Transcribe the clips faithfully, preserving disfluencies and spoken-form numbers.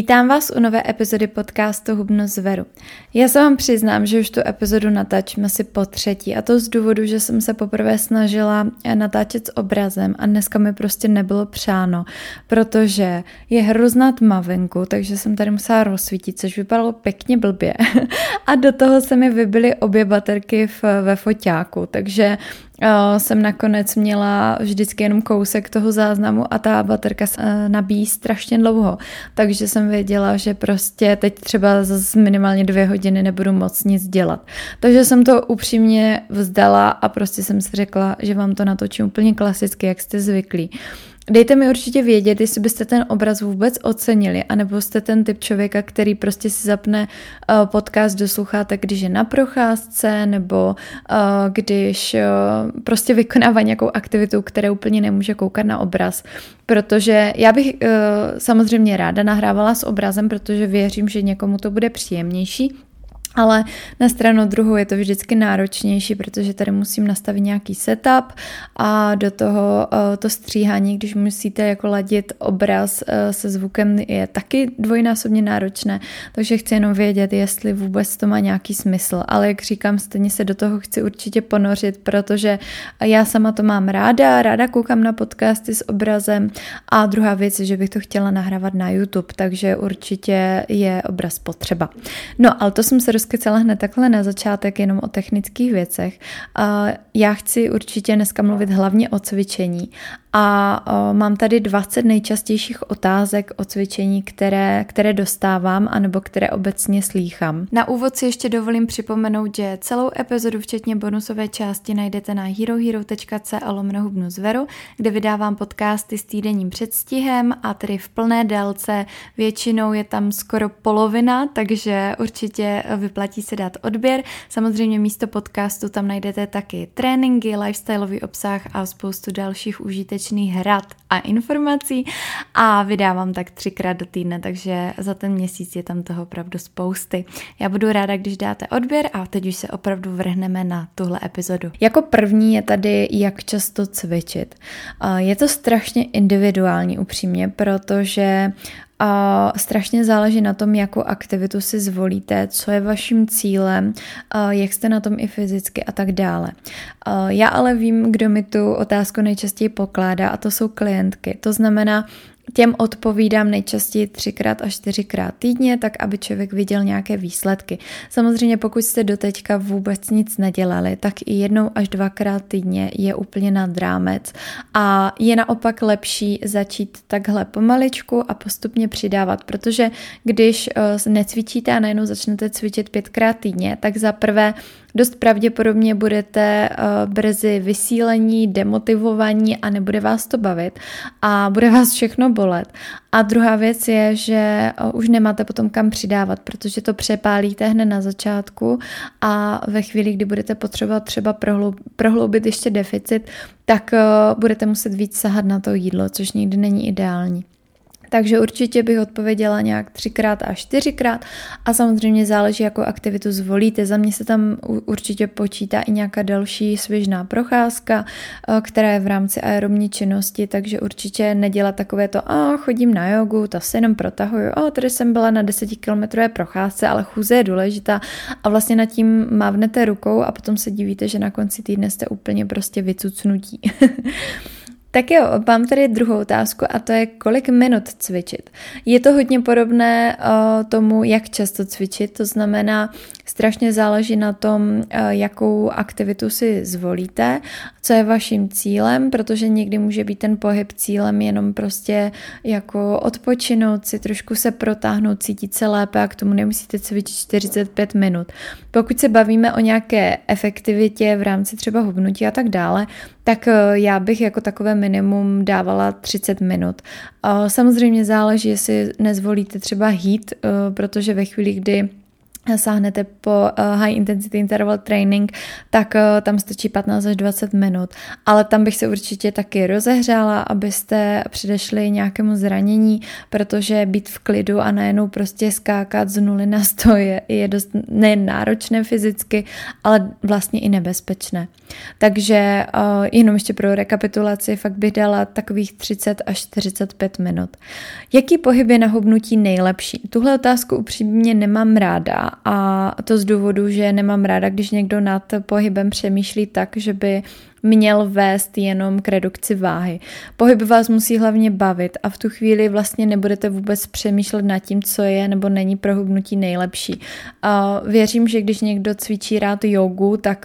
Vítám vás u nové epizody podcastu Hubnu s Veru. Já se vám přiznám, že už tu epizodu natáčím asi po třetí a to z důvodu, že jsem se poprvé snažila natáčet s obrazem a dneska mi prostě nebylo přáno, protože je hrozná tma venku, takže jsem tady musela rozsvítit, což vypadalo pěkně blbě a do toho se mi vybily obě baterky v, ve foťáku, takže Uh, jsem nakonec měla vždycky jenom kousek toho záznamu a ta baterka se uh, nabíjí strašně dlouho, takže jsem věděla, že prostě teď třeba zase minimálně dvě hodiny nebudu moc nic dělat. Takže jsem to upřímně vzdala a prostě jsem si řekla, že vám to natočím úplně klasicky, jak jste zvyklí. Dejte mi určitě vědět, jestli byste ten obraz vůbec ocenili, anebo jste ten typ člověka, který prostě si zapne uh, podcast do sluchátek, když je na procházce, nebo uh, když uh, prostě vykonává nějakou aktivitu, která úplně nemůže koukat na obraz. Protože já bych uh, samozřejmě ráda nahrávala s obrazem, protože věřím, že někomu to bude příjemnější. Ale na stranu druhou je to vždycky náročnější, protože tady musím nastavit nějaký setup a do toho to stříhání, když musíte jako ladit obraz se zvukem, je taky dvojnásobně náročné, takže chci jenom vědět, jestli vůbec to má nějaký smysl. Ale jak říkám, stejně se do toho chci určitě ponořit, protože já sama to mám ráda, ráda koukám na podcasty s obrazem a druhá věc je, že bych to chtěla nahrávat na YouTube, takže určitě je obraz potřeba. No, ale to jsem se rozkecala hned takhle na začátek jenom o technických věcech. Já chci určitě dneska mluvit hlavně o cvičení a mám tady dvacet nejčastějších otázek o cvičení, které, které dostávám anebo které obecně slýchám. Na úvod si ještě dovolím připomenout, že celou epizodu včetně bonusové části najdete na herohero.co lomeno hubnu s Veru, kde vydávám podcasty s týdenním předstihem a tedy v plné délce, většinou je tam skoro polovina, takže určitě vyplatí se dát odběr. Samozřejmě místo podcastu tam najdete taky tréninky, lifestyleový obsah a spoustu dalších užitečných rad a informací a vydávám tak třikrát do týdne, takže za ten měsíc je tam toho opravdu spousty. Já budu ráda, když dáte odběr a teď už se opravdu vrhneme na tuhle epizodu. Jako první je tady, jak často cvičit. Je to strašně individuální upřímně, protože a strašně záleží na tom, jakou aktivitu si zvolíte, co je vaším cílem, jak jste na tom i fyzicky a tak dále. Já ale vím, kdo mi tu otázku nejčastěji pokládá a to jsou klientky. To znamená, těm odpovídám nejčastěji třikrát až čtyřikrát týdně, tak aby člověk viděl nějaké výsledky. Samozřejmě pokud jste doteďka vůbec nic nedělali, tak i jednou až dvakrát týdně je úplně nad rámec a je naopak lepší začít takhle pomaličku a postupně přidávat, protože když uh, necvičíte a najednou začnete cvičit pětkrát týdně, tak za prvé dost pravděpodobně budete uh, brzy vysílení, demotivovaní a nebude vás to bavit a bude vás všechno bolet. A druhá věc je, že uh, už nemáte potom kam přidávat, protože to přepálíte hned na začátku a ve chvíli, kdy budete potřebovat třeba prohloub, prohloubit ještě deficit, tak uh, budete muset víc sahat na to jídlo, což nikdy není ideální. Takže určitě bych odpověděla nějak třikrát a čtyřikrát a samozřejmě záleží, jakou aktivitu zvolíte. Za mě se tam určitě počítá i nějaká další svěžná procházka, která je v rámci aerobní činnosti, takže určitě nedělat takové to, a chodím na jogu, to se jenom protahuju, a tady jsem byla na desetikilometrové procházce, ale chůze je důležitá a vlastně nad tím mávnete rukou a potom se divíte, že na konci týdne jste úplně prostě vycucnutí. Tak jo, mám tady druhou otázku a to je, kolik minut cvičit. Je to hodně podobné uh, tomu, jak často cvičit, to znamená, strašně záleží na tom, uh, jakou aktivitu si zvolíte, co je vaším cílem, protože někdy může být ten pohyb cílem jenom prostě jako odpočinout si, trošku se protáhnout, cítit se lépe a k tomu nemusíte cvičit čtyřicet pět minut. Pokud se bavíme o nějaké efektivitě v rámci třeba hubnutí a tak dále, tak já bych jako takové minimum dávala třicet minut. Samozřejmě záleží, jestli nezvolíte třeba heat, protože ve chvíli, kdy sáhnete po high intensity interval training, tak tam stačí patnáct až dvacet minut. Ale tam bych se určitě taky rozehřála, abyste předešli nějakému zranění, protože být v klidu a najednou prostě skákat z nuly na sto je, je dost nejen náročné fyzicky, ale vlastně i nebezpečné. Takže uh, jenom ještě pro rekapitulaci fakt bych dala takových třicet až čtyřicet pět minut. Jaký pohyb je na hubnutí nejlepší? Tuhle otázku upřímně nemám ráda a to z důvodu, že nemám ráda, když někdo nad pohybem přemýšlí tak, že by měl vést jenom k redukci váhy. Pohyb vás musí hlavně bavit a v tu chvíli vlastně nebudete vůbec přemýšlet nad tím, co je nebo není pro hubnutí nejlepší. A věřím, že když někdo cvičí rád jogu, tak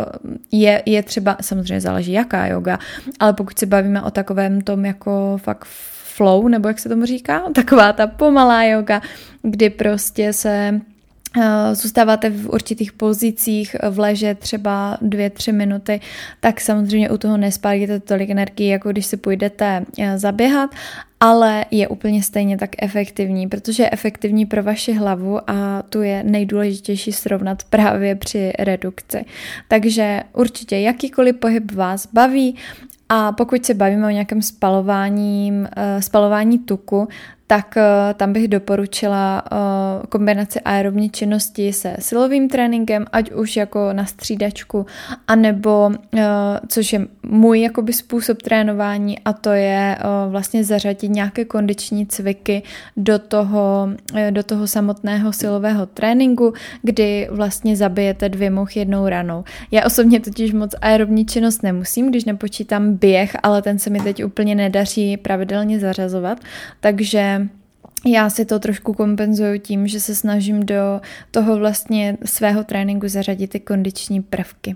je, je třeba, samozřejmě záleží jaká joga, ale pokud se bavíme o takovém tom jako fakt flow, nebo jak se tomu říká, taková ta pomalá joga, kdy prostě se zůstáváte v určitých pozicích v leže třeba dvě, tři minuty, tak samozřejmě u toho nespálíte tolik energii, jako když si půjdete zaběhat, ale je úplně stejně tak efektivní, protože je efektivní pro vaši hlavu a tu je nejdůležitější srovnat právě při redukci. Takže určitě jakýkoliv pohyb vás baví a pokud se bavíme o nějakém spalování, spalování tuku, tak tam bych doporučila kombinaci aerobní činnosti se silovým tréninkem, ať už jako na střídačku, anebo, což je můj jakoby způsob trénování, a to je vlastně zařadit nějaké kondiční cviky do toho, do toho samotného silového tréninku, kdy vlastně zabijete dvě mouchy jednou ranou. Já osobně totiž moc aerobní činnost nemusím, když nepočítám běh, ale ten se mi teď úplně nedaří pravidelně zařazovat, takže já si to trošku kompenzuju tím, že se snažím do toho vlastně svého tréninku zařadit ty kondiční prvky.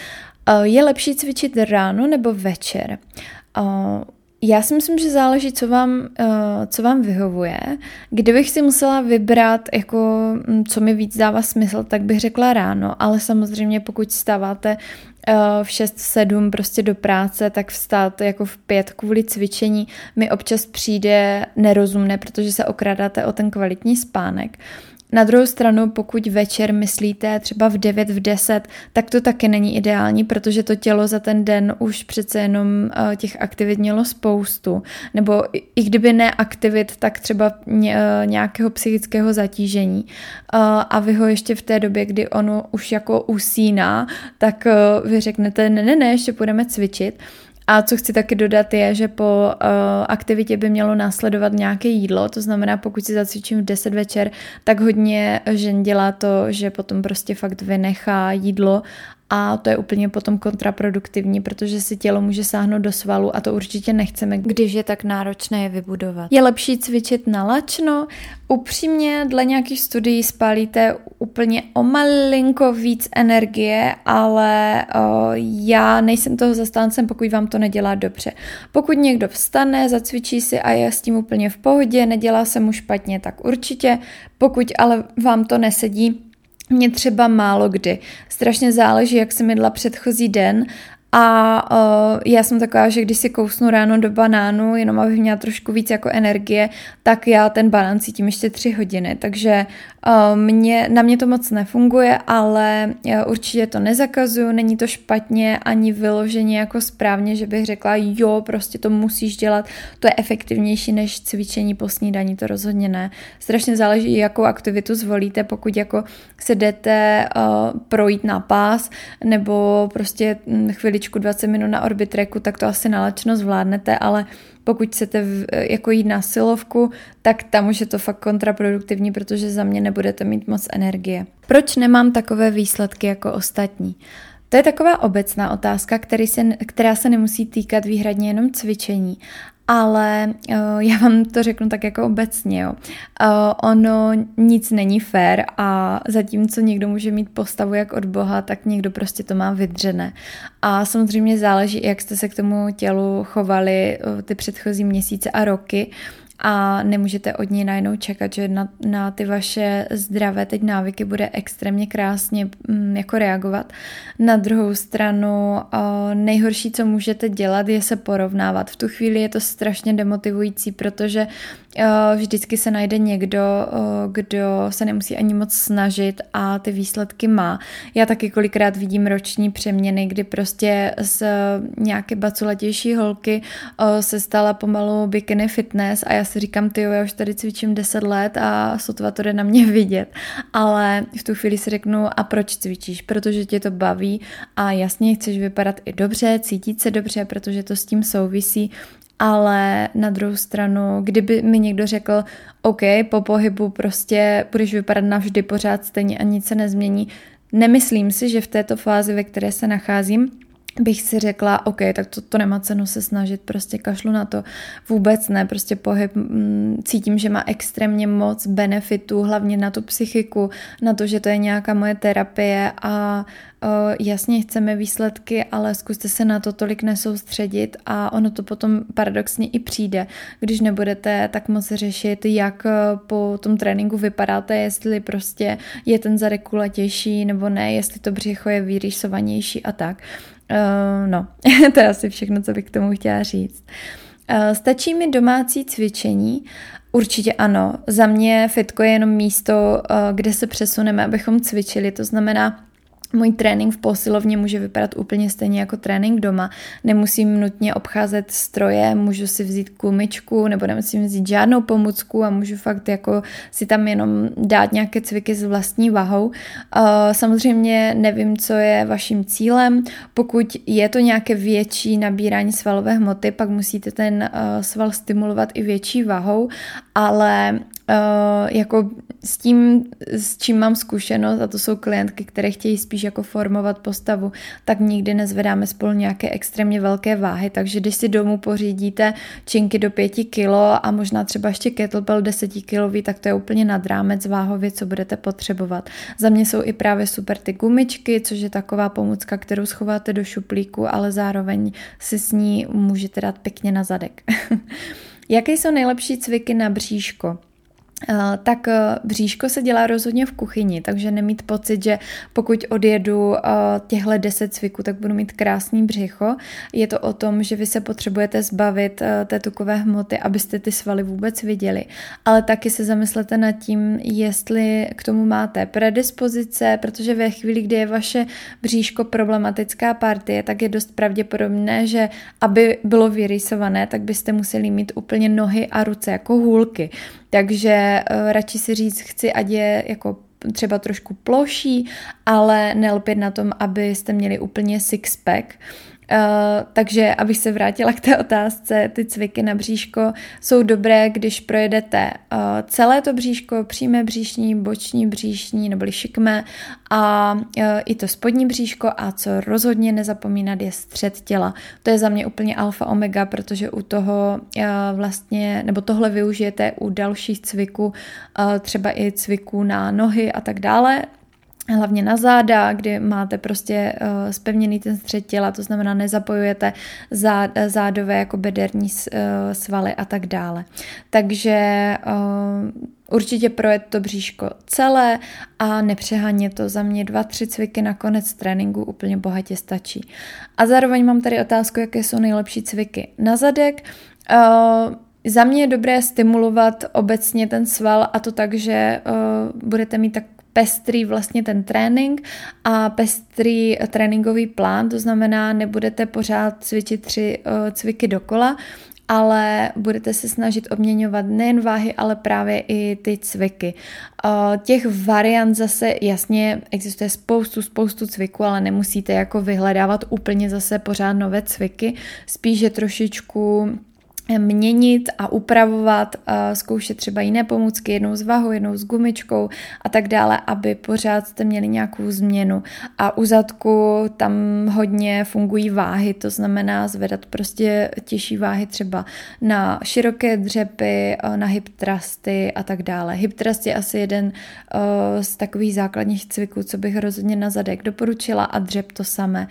Je lepší cvičit ráno nebo večer? Já si myslím, že záleží, co vám, co vám vyhovuje. Kdybych si musela vybrat, jako, co mi víc dává smysl, tak bych řekla ráno, ale samozřejmě pokud vstáváte v šest sedm prostě do práce, tak vstát jako v pět kvůli cvičení mi občas přijde nerozumné, protože se okrádáte o ten kvalitní spánek. Na druhou stranu, pokud večer myslíte třeba v devět, v deset, tak to taky není ideální, protože to tělo za ten den už přece jenom těch aktivit mělo spoustu. Nebo i kdyby ne aktivit, tak třeba nějakého psychického zatížení. A vy ho ještě v té době, kdy ono už jako usíná, tak vy řeknete, ne, ne, ne, ještě půjdeme cvičit. A co chci taky dodat je, že po uh, aktivitě by mělo následovat nějaké jídlo, to znamená, pokud si zacvičím v deset večer, tak hodně žen dělá to, že potom prostě fakt vynechá jídlo a to je úplně potom kontraproduktivní, protože si tělo může sáhnout do svalu a to určitě nechceme, když je tak náročné je vybudovat. Je lepší cvičit na lačno? Upřímně, dle nějakých studií spálíte úplně o malinko víc energie, ale o, já nejsem toho zastáncem, pokud vám to nedělá dobře. Pokud někdo vstane, zacvičí si a je s tím úplně v pohodě, nedělá se mu špatně, tak určitě. Pokud ale vám to nesedí, mně třeba málo kdy. Strašně záleží, jak jsem jedla předchozí den a uh, já jsem taková, že když si kousnu ráno do banánu, jenom abych měla trošku víc jako energie, tak já ten banán cítím ještě tři hodiny, takže uh, mě, na mě to moc nefunguje, ale já určitě to nezakazuju, není to špatně ani vyloženě jako správně, že bych řekla, jo, prostě to musíš dělat, to je efektivnější než cvičení po snídani, to rozhodně ne. Strašně záleží, jakou aktivitu zvolíte, pokud jako se jdete uh, projít na pás, nebo prostě chviličku dvacet minut na Orbitracku, tak to asi nalačno zvládnete, ale pokud chcete v, jako jít na silovku, tak tam už je to fakt kontraproduktivní, protože za mě nebudete mít moc energie. Proč nemám takové výsledky jako ostatní? To je taková obecná otázka, který se, která se nemusí týkat výhradně jenom cvičení, ale uh, já vám to řeknu tak jako obecně. Jo. Uh, ono nic není fér a zatímco někdo může mít postavu jak od Boha, tak někdo prostě to má vydřené. A samozřejmě záleží, jak jste se k tomu tělu chovali uh, ty předchozí měsíce a roky. a nemůžete od ní najednou čekat, že na, na ty vaše zdravé teď návyky bude extrémně krásně mm, jako reagovat. Na druhou stranu nejhorší, co můžete dělat, je se porovnávat. V tu chvíli je to strašně demotivující, protože vždycky se najde někdo, kdo se nemusí ani moc snažit a ty výsledky má. Já taky kolikrát vidím roční přeměny, kdy prostě z nějaké baculatější holky se stala pomalu bikini fitness a já si říkám, tyjo, já už tady cvičím deset let a sotva to jde na mě vidět. Ale v tu chvíli si řeknu, a proč cvičíš? Protože tě to baví a jasně chceš vypadat i dobře, cítit se dobře, protože to s tím souvisí. Ale na druhou stranu, kdyby mi někdo řekl, OK, po pohybu prostě budeš vypadat navždy pořád stejně a nic se nezmění, nemyslím si, že v této fázi, ve které se nacházím, bych si řekla, OK, tak to, to nemá cenu se snažit, prostě kašlu na to. Vůbec ne, prostě pohyb m, cítím, že má extrémně moc benefitů, hlavně na tu psychiku, na to, že to je nějaká moje terapie a o, jasně chceme výsledky, ale zkuste se na to tolik nesoustředit a ono to potom paradoxně i přijde, když nebudete tak moc řešit, jak po tom tréninku vypadáte, jestli prostě je ten zadek kulatější nebo ne, jestli to břicho je vyrýsovanější a tak. Uh, no, to je asi všechno, co bych k tomu chtěla říct. Uh, stačí mi domácí cvičení? Určitě ano. Za mě fitko je jenom místo, uh, kde se přesuneme, abychom cvičili. To znamená, můj trénink v posilovně může vypadat úplně stejně jako trénink doma. Nemusím nutně obcházet stroje, můžu si vzít gumičku nebo nemusím vzít žádnou pomůcku a můžu fakt jako si tam jenom dát nějaké cviky s vlastní vahou. Samozřejmě nevím, co je vaším cílem. Pokud je to nějaké větší nabírání svalové hmoty, pak musíte ten sval stimulovat i větší vahou, ale Uh, jako s tím, s čím mám zkušenost, a to jsou klientky, které chtějí spíš jako formovat postavu, tak nikdy nezvedáme spolu nějaké extrémně velké váhy, takže když si domů pořídíte činky do pěti kilo a možná třeba ještě kettlebell desetikilový, tak to je úplně nad rámec váhově, co budete potřebovat. Za mě jsou i právě super ty gumičky, což je taková pomůcka, kterou schováte do šuplíku, ale zároveň si s ní můžete dát pěkně na zadek. Jaké jsou nejlepší cviky na bříško? Uh, tak uh, bříško se dělá rozhodně v kuchyni, takže nemít pocit, že pokud odjedu uh, těchhle deset cviků, tak budu mít krásný břicho. Je to o tom, že vy se potřebujete zbavit uh, té tukové hmoty, abyste ty svaly vůbec viděli. Ale taky se zamyslete nad tím, jestli k tomu máte predispozice, protože ve chvíli, kdy je vaše bříško problematická partie, tak je dost pravděpodobné, že aby bylo vyrýsované, tak byste museli mít úplně nohy a ruce jako hůlky. Takže uh, radši si říct, chci, ať je jako třeba trošku ploší, ale nelpět na tom, abyste měli úplně six-pack. Uh, takže abych se vrátila k té otázce, ty cviky na bříško jsou dobré, když projedete uh, celé to bříško, přímé bříšní, boční bříšní neboli šikmé a uh, i to spodní bříško a co rozhodně nezapomínat je střed těla. To je za mě úplně alfa omega, protože u toho uh, vlastně, nebo tohle využijete u dalších cviků, uh, třeba i cviků na nohy a tak dále, hlavně na záda, kdy máte prostě uh, spevněný ten střed těla, to znamená nezapojujete zád, zádové jako bederní uh, svaly a tak dále. Takže uh, určitě projet to bříško celé a nepřehánět to. Za mě dva, tři cviky na konec tréninku úplně bohatě stačí. A zároveň mám tady otázku, jaké jsou nejlepší cviky na zadek. Uh, Za mě je dobré stimulovat obecně ten sval a to tak, že uh, budete mít tak pestrý vlastně ten trénink a pestrý tréninkový plán, to znamená, nebudete pořád cvičit tři uh, cviky dokola, ale budete se snažit obměňovat nejen váhy, ale právě i ty cviky. Uh, těch variant zase jasně existuje spoustu, spoustu cviků, ale nemusíte jako vyhledávat úplně zase pořád nové cviky, spíše trošičku měnit a upravovat, zkoušet třeba jiné pomůcky, jednou s vahou, jednou s gumičkou a tak dále, aby pořád jste měli nějakou změnu. A u zadku tam hodně fungují váhy, to znamená zvedat prostě těžší váhy třeba na široké dřepy, na hip thrusty a tak dále. Hip thrust je asi jeden z takových základních cviků, co bych rozhodně na zadek doporučila a dřep to samé.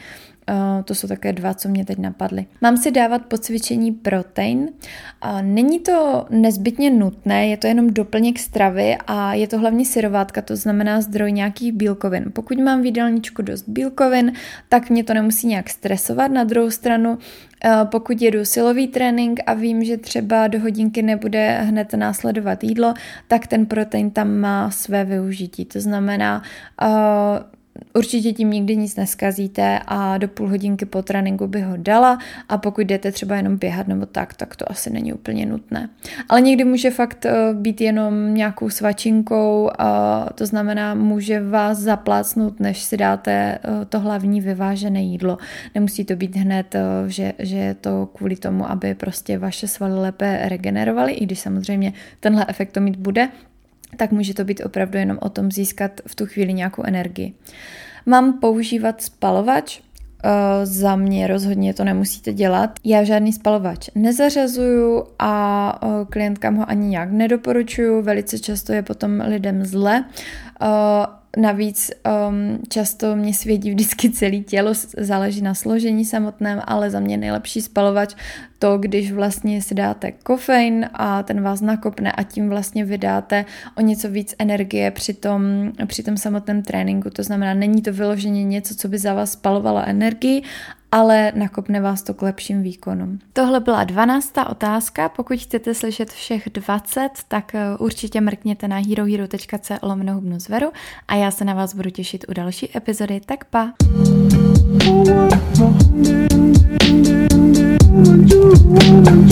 To jsou také dva, co mě teď napadly. Mám si dávat po cvičení protein. Není to nezbytně nutné, je to jenom doplněk stravy a je to hlavně syrovátka, to znamená zdroj nějakých bílkovin. Pokud mám v jídelníčku dost bílkovin, tak mě to nemusí nějak stresovat. Na druhou stranu, pokud jedu silový trénink a vím, že třeba do hodinky nebude hned následovat jídlo, tak ten protein tam má své využití. To znamená, určitě tím nikdy nic neskazíte a do půl hodinky po tréninku by ho dala a pokud jdete třeba jenom běhat nebo tak, tak to asi není úplně nutné. Ale někdy může fakt být jenom nějakou svačinkou, to znamená, může vás zaplácnout, než si dáte to hlavní vyvážené jídlo. Nemusí to být hned, že, že je to kvůli tomu, aby prostě vaše svaly lépe regenerovaly, i když samozřejmě tenhle efekt to mít bude, tak může to být opravdu jenom o tom získat v tu chvíli nějakou energii. Mám používat spalovač? Za mě rozhodně to nemusíte dělat. Já žádný spalovač nezařazuju a klientkám ho ani nějak nedoporučuju. Velice často je potom lidem zle. Navíc um, často mě svědí vždycky celé tělo, záleží na složení samotném, ale za mě nejlepší spalovač to, když vlastně si dáte kofein a ten vás nakopne a tím vlastně vydáte o něco víc energie při tom, při tom samotném tréninku. To znamená, není to vyloženě něco, co by za vás spalovalo energii, ale nakopne vás to k lepším výkonům. Tohle byla dvanáctá otázka. Pokud chcete slyšet všech dvacet, tak určitě mrkněte na herohero.co lomeno hubnu zveru a já se na vás budu těšit u další epizody. Tak pa! You